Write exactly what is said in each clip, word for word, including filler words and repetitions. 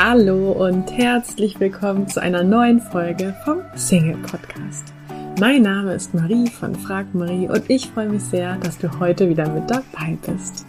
Hallo und herzlich willkommen zu einer neuen Folge vom Single Podcast. Mein Name ist Marie von Frag Marie und ich freue mich sehr, dass du heute wieder mit dabei bist.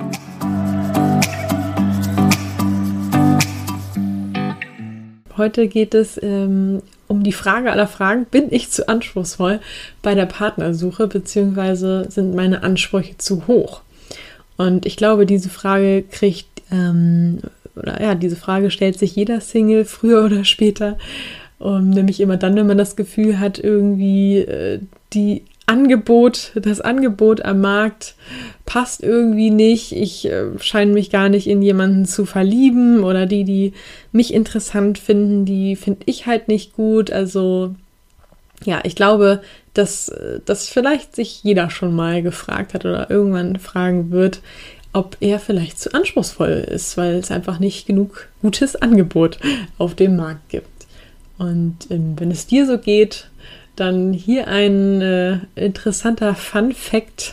Heute geht es ähm, um die Frage aller Fragen, bin ich zu anspruchsvoll bei der Partnersuche, beziehungsweise sind meine Ansprüche zu hoch? Und ich glaube, diese Frage kriegt, ähm, oder ja, diese Frage stellt sich jeder Single früher oder später, um, nämlich immer dann, wenn man das Gefühl hat, irgendwie äh, die Angebot, das Angebot am Markt passt irgendwie nicht, ich äh, scheine mich gar nicht in jemanden zu verlieben oder die, die mich interessant finden, die finde ich halt nicht gut. Also ja, ich glaube, dass das vielleicht sich jeder schon mal gefragt hat oder irgendwann fragen wird, ob er vielleicht zu anspruchsvoll ist, weil es einfach nicht genug gutes Angebot auf dem Markt gibt. Und ähm, wenn es dir so geht, dann hier ein äh, interessanter Fun-Fact.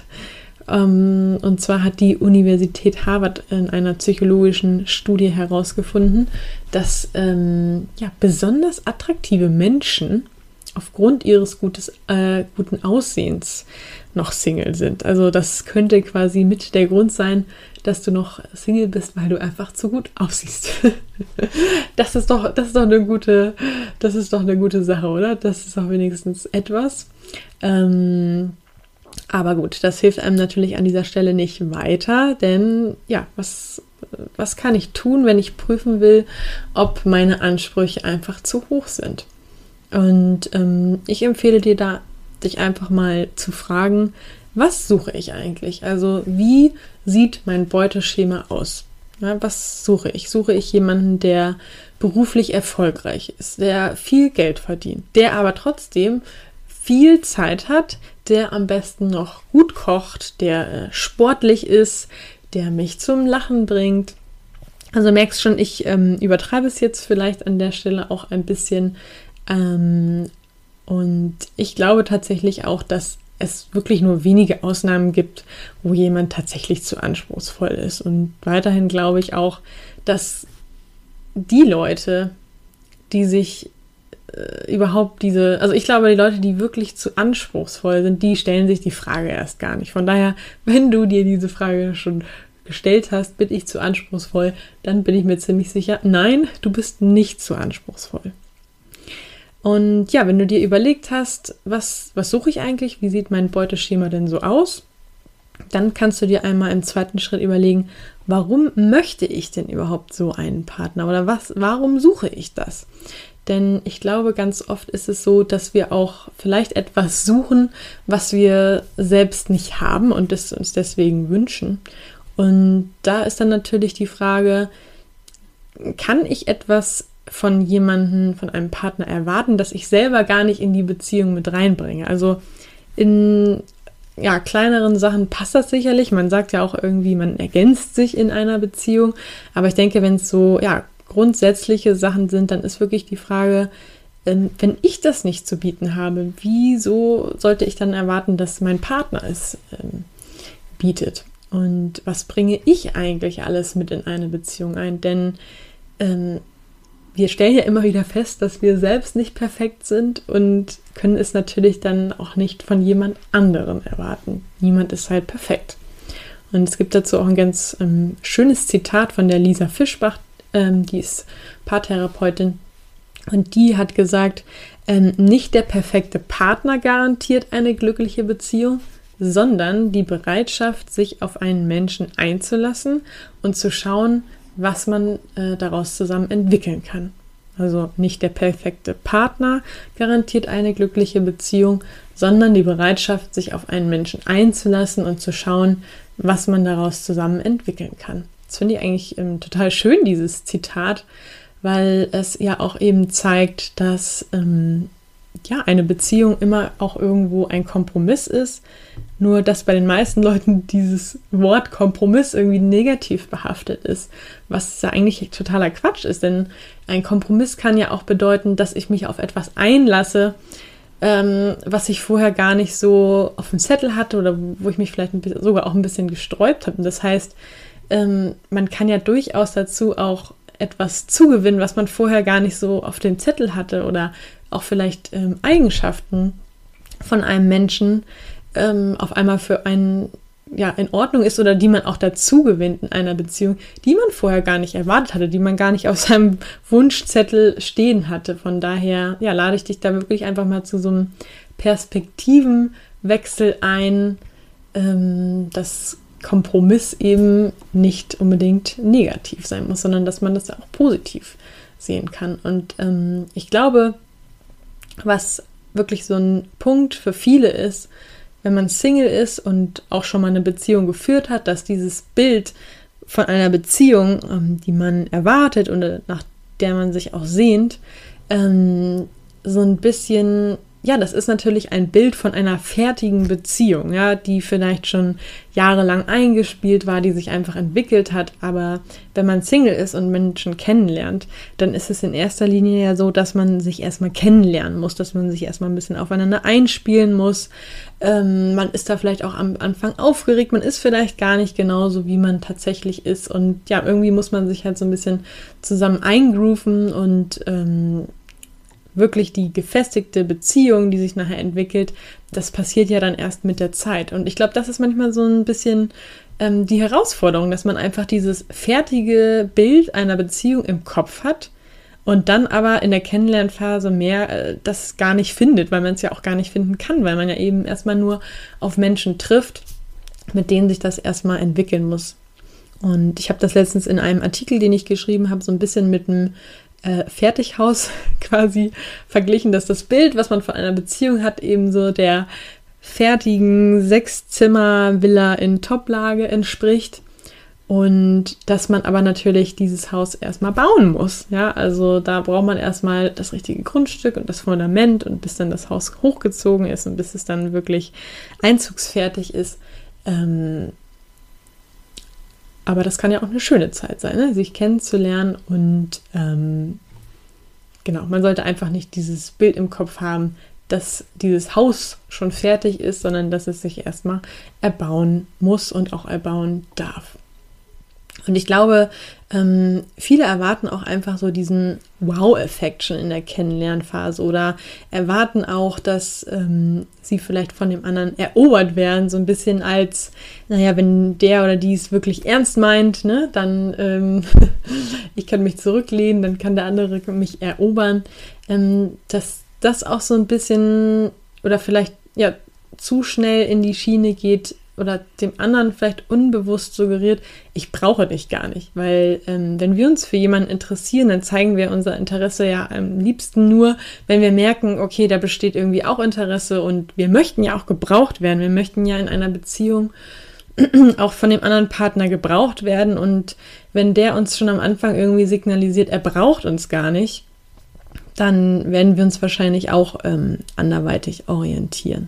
Ähm, und zwar hat die Universität Harvard in einer psychologischen Studie herausgefunden, dass ähm, ja, besonders attraktive Menschen aufgrund ihres gutes, äh, guten Aussehens noch Single sind. Also das könnte quasi mit der Grund sein, dass du noch Single bist, weil du einfach zu gut aussiehst. Das ist doch, das ist doch eine gute, das ist doch eine gute Sache, oder? Das ist doch wenigstens etwas. Ähm, aber gut, das hilft einem natürlich an dieser Stelle nicht weiter, denn ja, was, was kann ich tun, wenn ich prüfen will, ob meine Ansprüche einfach zu hoch sind? Und ähm, ich empfehle dir da, dich einfach mal zu fragen, was suche ich eigentlich? Also wie sieht mein Beuteschema aus? Ja, was suche ich? Suche ich jemanden, der beruflich erfolgreich ist, der viel Geld verdient, der aber trotzdem viel Zeit hat, der am besten noch gut kocht, der äh, sportlich ist, der mich zum Lachen bringt? Also merkst schon, ich ähm, übertreibe es jetzt vielleicht an der Stelle auch ein bisschen. Ähm, und ich glaube tatsächlich auch, dass es wirklich nur wenige Ausnahmen gibt, wo jemand tatsächlich zu anspruchsvoll ist. Und weiterhin glaube ich auch, dass die Leute, die sich äh, überhaupt diese, also ich glaube, die Leute, die wirklich zu anspruchsvoll sind, die stellen sich die Frage erst gar nicht. Von daher, wenn du dir diese Frage schon gestellt hast, bin ich zu anspruchsvoll, dann bin ich mir ziemlich sicher, nein, du bist nicht zu anspruchsvoll. Und ja, wenn du dir überlegt hast, was, was suche ich eigentlich, wie sieht mein Beuteschema denn so aus, dann kannst du dir einmal im zweiten Schritt überlegen, warum möchte ich denn überhaupt so einen Partner oder was, warum suche ich das? Denn ich glaube, ganz oft ist es so, dass wir auch vielleicht etwas suchen, was wir selbst nicht haben und es uns deswegen wünschen. Und da ist dann natürlich die Frage, kann ich etwas von jemandem, von einem Partner erwarten, dass ich selber gar nicht in die Beziehung mit reinbringe. Also in ja, kleineren Sachen passt das sicherlich. Man sagt ja auch irgendwie, man ergänzt sich in einer Beziehung. Aber ich denke, wenn es so ja, grundsätzliche Sachen sind, dann ist wirklich die Frage, wenn ich das nicht zu bieten habe, wieso sollte ich dann erwarten, dass mein Partner es ähm, bietet? Und was bringe ich eigentlich alles mit in eine Beziehung ein? Denn ähm, wir stellen ja immer wieder fest, dass wir selbst nicht perfekt sind und können es natürlich dann auch nicht von jemand anderem erwarten. Niemand ist halt perfekt. Und es gibt dazu auch ein ganz ähm, schönes Zitat von der Lisa Fischbach, ähm, die ist Paartherapeutin. Und die hat gesagt, ähm, nicht der perfekte Partner garantiert eine glückliche Beziehung, sondern die Bereitschaft, sich auf einen Menschen einzulassen und zu schauen, was man äh, daraus zusammen entwickeln kann. Also nicht der perfekte Partner garantiert eine glückliche Beziehung, sondern die Bereitschaft, sich auf einen Menschen einzulassen und zu schauen, was man daraus zusammen entwickeln kann. Das finde ich eigentlich ähm, total schön, dieses Zitat, weil es ja auch eben zeigt, dass ähm, ja, eine Beziehung immer auch irgendwo ein Kompromiss ist, nur dass bei den meisten Leuten dieses Wort Kompromiss irgendwie negativ behaftet ist, was ja eigentlich totaler Quatsch ist, denn ein Kompromiss kann ja auch bedeuten, dass ich mich auf etwas einlasse, ähm, was ich vorher gar nicht so auf dem Zettel hatte oder wo ich mich vielleicht ein bisschen, sogar auch ein bisschen gesträubt habe. Und das heißt, ähm, man kann ja durchaus dazu auch etwas zugewinnen, was man vorher gar nicht so auf dem Zettel hatte oder auch vielleicht ähm, Eigenschaften von einem Menschen ähm, auf einmal für einen ja, in Ordnung ist oder die man auch dazu gewinnt in einer Beziehung, die man vorher gar nicht erwartet hatte, die man gar nicht auf seinem Wunschzettel stehen hatte. Von daher, ja, lade ich dich da wirklich einfach mal zu so einem Perspektivenwechsel ein, ähm, dass Kompromiss eben nicht unbedingt negativ sein muss, sondern dass man das auch positiv sehen kann. Und ähm, ich glaube, was wirklich so ein Punkt für viele ist, wenn man Single ist und auch schon mal eine Beziehung geführt hat, dass dieses Bild von einer Beziehung, ähm, die man erwartet und nach der man sich auch sehnt, ähm, so ein bisschen, ja, das ist natürlich ein Bild von einer fertigen Beziehung, ja, die vielleicht schon jahrelang eingespielt war, die sich einfach entwickelt hat. Aber wenn man Single ist und Menschen kennenlernt, dann ist es in erster Linie ja so, dass man sich erstmal kennenlernen muss, dass man sich erstmal ein bisschen aufeinander einspielen muss. Ähm, man ist da vielleicht auch am Anfang aufgeregt, man ist vielleicht gar nicht genauso, wie man tatsächlich ist. Und ja, irgendwie muss man sich halt so ein bisschen zusammen eingrooven und ähm, wirklich die gefestigte Beziehung, die sich nachher entwickelt, das passiert ja dann erst mit der Zeit. Und ich glaube, das ist manchmal so ein bisschen ähm, die Herausforderung, dass man einfach dieses fertige Bild einer Beziehung im Kopf hat und dann aber in der Kennenlernphase mehr äh, das gar nicht findet, weil man es ja auch gar nicht finden kann, weil man ja eben erstmal nur auf Menschen trifft, mit denen sich das erstmal entwickeln muss. Und ich habe das letztens in einem Artikel, den ich geschrieben habe, so ein bisschen mit einem Äh, Fertighaus quasi verglichen, dass das Bild, was man von einer Beziehung hat, eben so der fertigen Sechs-Zimmer-Villa in Toplage entspricht und dass man aber natürlich dieses Haus erstmal bauen muss. Ja, also da braucht man erstmal das richtige Grundstück und das Fundament und bis dann das Haus hochgezogen ist und bis es dann wirklich einzugsfertig ist. Ähm, Aber das kann ja auch eine schöne Zeit sein, ne? Sich kennenzulernen und ähm, genau, man sollte einfach nicht dieses Bild im Kopf haben, dass dieses Haus schon fertig ist, sondern dass es sich erstmal erbauen muss und auch erbauen darf. Und ich glaube, ähm, viele erwarten auch einfach so diesen Wow-Effekt schon in der Kennenlernphase oder erwarten auch, dass ähm, sie vielleicht von dem anderen erobert werden, so ein bisschen als, naja, wenn der oder die es wirklich ernst meint, ne, dann ähm, ich kann mich zurücklehnen, dann kann der andere mich erobern, ähm, dass das auch so ein bisschen oder vielleicht ja zu schnell in die Schiene geht, oder dem anderen vielleicht unbewusst suggeriert, ich brauche dich gar nicht. Weil ähm, wenn wir uns für jemanden interessieren, dann zeigen wir unser Interesse ja am liebsten nur, wenn wir merken, okay, da besteht irgendwie auch Interesse und wir möchten ja auch gebraucht werden. Wir möchten ja in einer Beziehung auch von dem anderen Partner gebraucht werden. Und wenn der uns schon am Anfang irgendwie signalisiert, er braucht uns gar nicht, dann werden wir uns wahrscheinlich auch ähm, anderweitig orientieren.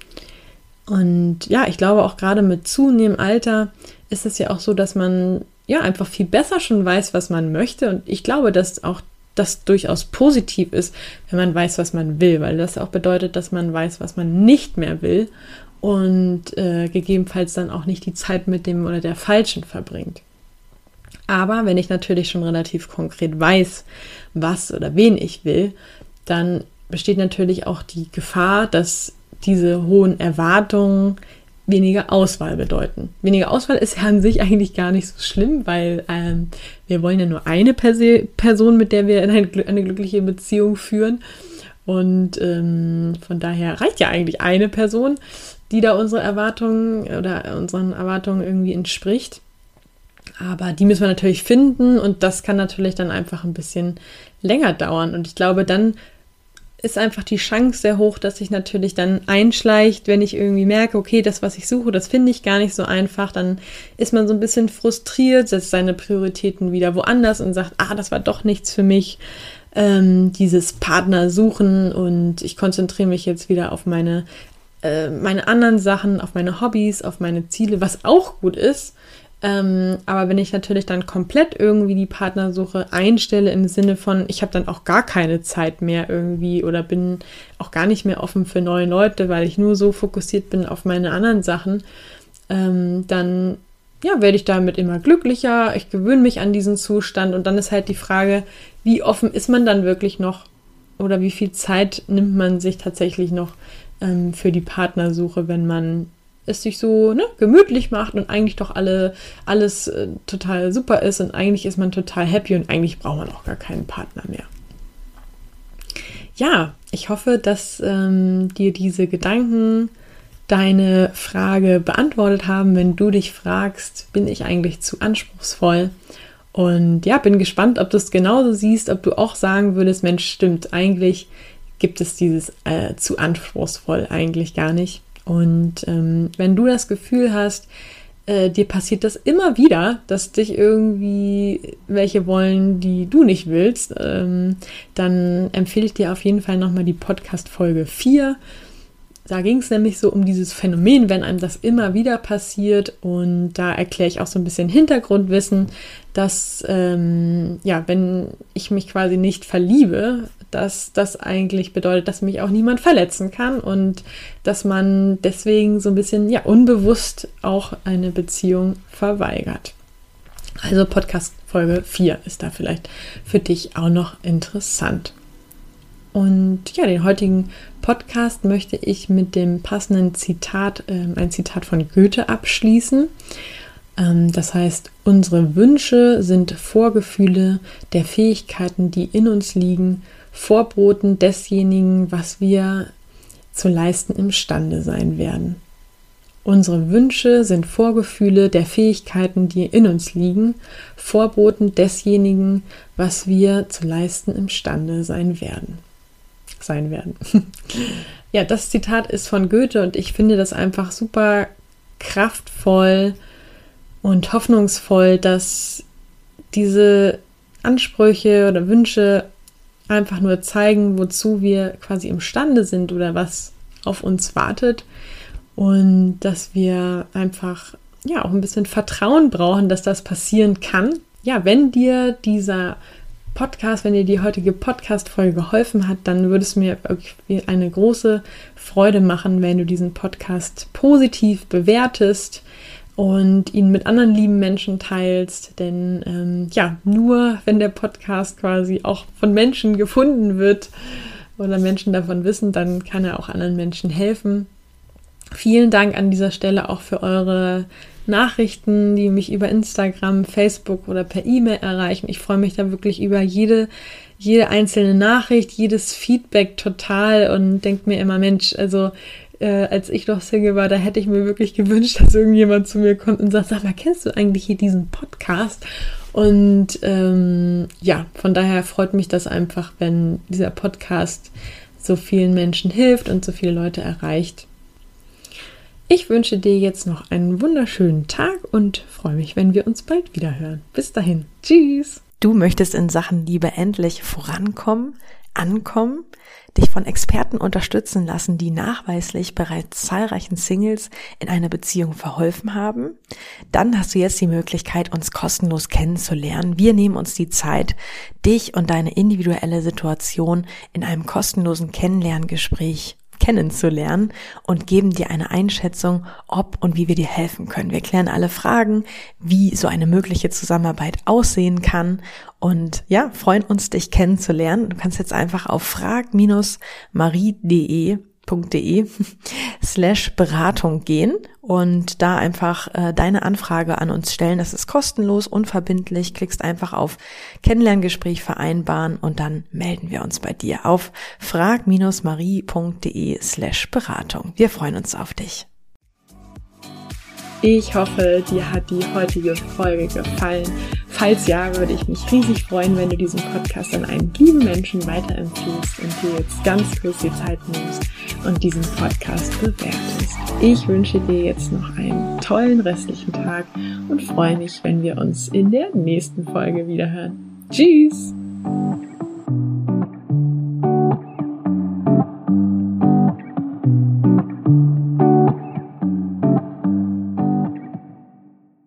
Und ja, ich glaube auch gerade mit zunehmendem Alter ist es ja auch so, dass man ja einfach viel besser schon weiß, was man möchte. Und ich glaube, dass auch das durchaus positiv ist, wenn man weiß, was man will, weil das auch bedeutet, dass man weiß, was man nicht mehr will und äh, gegebenenfalls dann auch nicht die Zeit mit dem oder der Falschen verbringt. Aber wenn ich natürlich schon relativ konkret weiß, was oder wen ich will, dann besteht natürlich auch die Gefahr, dass diese hohen Erwartungen weniger Auswahl bedeuten. Weniger Auswahl ist ja an sich eigentlich gar nicht so schlimm, weil ähm, wir wollen ja nur eine Perse- Person, mit der wir in eine, eine glückliche Beziehung führen. Und ähm, von daher reicht ja eigentlich eine Person, die da unsere Erwartungen oder unseren Erwartungen irgendwie entspricht. Aber die müssen wir natürlich finden und das kann natürlich dann einfach ein bisschen länger dauern. Und ich glaube, dann ist einfach die Chance sehr hoch, dass sich natürlich dann einschleicht, wenn ich irgendwie merke, okay, das, was ich suche, das finde ich gar nicht so einfach, dann ist man so ein bisschen frustriert, setzt seine Prioritäten wieder woanders und sagt, ah, das war doch nichts für mich, ähm, dieses Partner suchen und ich konzentriere mich jetzt wieder auf meine, äh, meine anderen Sachen, auf meine Hobbys, auf meine Ziele, was auch gut ist. Ähm, aber wenn ich natürlich dann komplett irgendwie die Partnersuche einstelle im Sinne von, ich habe dann auch gar keine Zeit mehr irgendwie oder bin auch gar nicht mehr offen für neue Leute, weil ich nur so fokussiert bin auf meine anderen Sachen, ähm, dann ja, werde ich damit immer glücklicher, ich gewöhne mich an diesen Zustand und dann ist halt die Frage, wie offen ist man dann wirklich noch oder wie viel Zeit nimmt man sich tatsächlich noch ähm, für die Partnersuche, wenn man es sich so ne, gemütlich macht und eigentlich doch alle, alles äh, total super ist und eigentlich ist man total happy und eigentlich braucht man auch gar keinen Partner mehr. Ja, ich hoffe, dass ähm, dir diese Gedanken deine Frage beantwortet haben, wenn du dich fragst, bin ich eigentlich zu anspruchsvoll? Und ja, bin gespannt, ob du es genauso siehst, ob du auch sagen würdest, Mensch, stimmt, eigentlich gibt es dieses äh, zu anspruchsvoll eigentlich gar nicht. Und ähm, wenn du das Gefühl hast, äh, dir passiert das immer wieder, dass dich irgendwie welche wollen, die du nicht willst, ähm, dann empfehle ich dir auf jeden Fall nochmal die Podcast-Folge vier. Da ging es nämlich so um dieses Phänomen, wenn einem das immer wieder passiert und da erkläre ich auch so ein bisschen Hintergrundwissen, dass, ähm, ja, wenn ich mich quasi nicht verliebe, dass das eigentlich bedeutet, dass mich auch niemand verletzen kann und dass man deswegen so ein bisschen, ja, unbewusst auch eine Beziehung verweigert. Also Podcast Folge vier ist da vielleicht für dich auch noch interessant. Und ja, den heutigen Podcast möchte ich mit dem passenden Zitat, äh, ein Zitat von Goethe abschließen. Ähm, das heißt, unsere Wünsche sind Vorgefühle der Fähigkeiten, die in uns liegen, Vorboten desjenigen, was wir zu leisten imstande sein werden. Unsere Wünsche sind Vorgefühle der Fähigkeiten, die in uns liegen, Vorboten desjenigen, was wir zu leisten imstande sein werden. sein werden. Ja, das Zitat ist von Goethe und ich finde das einfach super kraftvoll und hoffnungsvoll, dass diese Ansprüche oder Wünsche einfach nur zeigen, wozu wir quasi imstande sind oder was auf uns wartet und dass wir einfach ja auch ein bisschen Vertrauen brauchen, dass das passieren kann. Ja, wenn dir dieser Podcast, wenn dir die heutige Podcast-Folge geholfen hat, dann würde es mir wirklich eine große Freude machen, wenn du diesen Podcast positiv bewertest und ihn mit anderen lieben Menschen teilst, denn ähm, ja, nur wenn der Podcast quasi auch von Menschen gefunden wird oder Menschen davon wissen, dann kann er auch anderen Menschen helfen. Vielen Dank an dieser Stelle auch für eure Nachrichten, die mich über Instagram, Facebook oder per E-Mail erreichen. Ich freue mich da wirklich über jede, jede einzelne Nachricht, jedes Feedback total und denke mir immer, Mensch, also äh, als ich noch Single war, da hätte ich mir wirklich gewünscht, dass irgendjemand zu mir kommt und sagt, sag mal, kennst du eigentlich hier diesen Podcast? Und ähm, ja, von daher freut mich das einfach, wenn dieser Podcast so vielen Menschen hilft und so viele Leute erreicht. Ich wünsche dir jetzt noch einen wunderschönen Tag und freue mich, wenn wir uns bald wieder hören. Bis dahin. Tschüss. Du möchtest in Sachen Liebe endlich vorankommen, ankommen, dich von Experten unterstützen lassen, die nachweislich bereits zahlreichen Singles in eine Beziehung verholfen haben? Dann hast du jetzt die Möglichkeit, uns kostenlos kennenzulernen. Wir nehmen uns die Zeit, dich und deine individuelle Situation in einem kostenlosen Kennenlerngespräch kennenzulernen und geben dir eine Einschätzung, ob und wie wir dir helfen können. Wir klären alle Fragen, wie so eine mögliche Zusammenarbeit aussehen kann und ja, freuen uns, dich kennenzulernen. Du kannst jetzt einfach auf frag marie punkt de slash Beratung gehen und da einfach äh, deine Anfrage an uns stellen. Das ist kostenlos, unverbindlich. Klickst einfach auf Kennenlerngespräch vereinbaren und dann melden wir uns bei dir auf frag marie punkt de slash Beratung. Wir freuen uns auf dich. Ich hoffe, dir hat die heutige Folge gefallen. Falls ja, würde ich mich riesig freuen, wenn du diesen Podcast an einen lieben Menschen weiterempfiehlst und dir jetzt ganz kurz die Zeit nimmst und diesen Podcast bewertest. Ich wünsche dir jetzt noch einen tollen restlichen Tag und freue mich, wenn wir uns in der nächsten Folge wiederhören. Tschüss!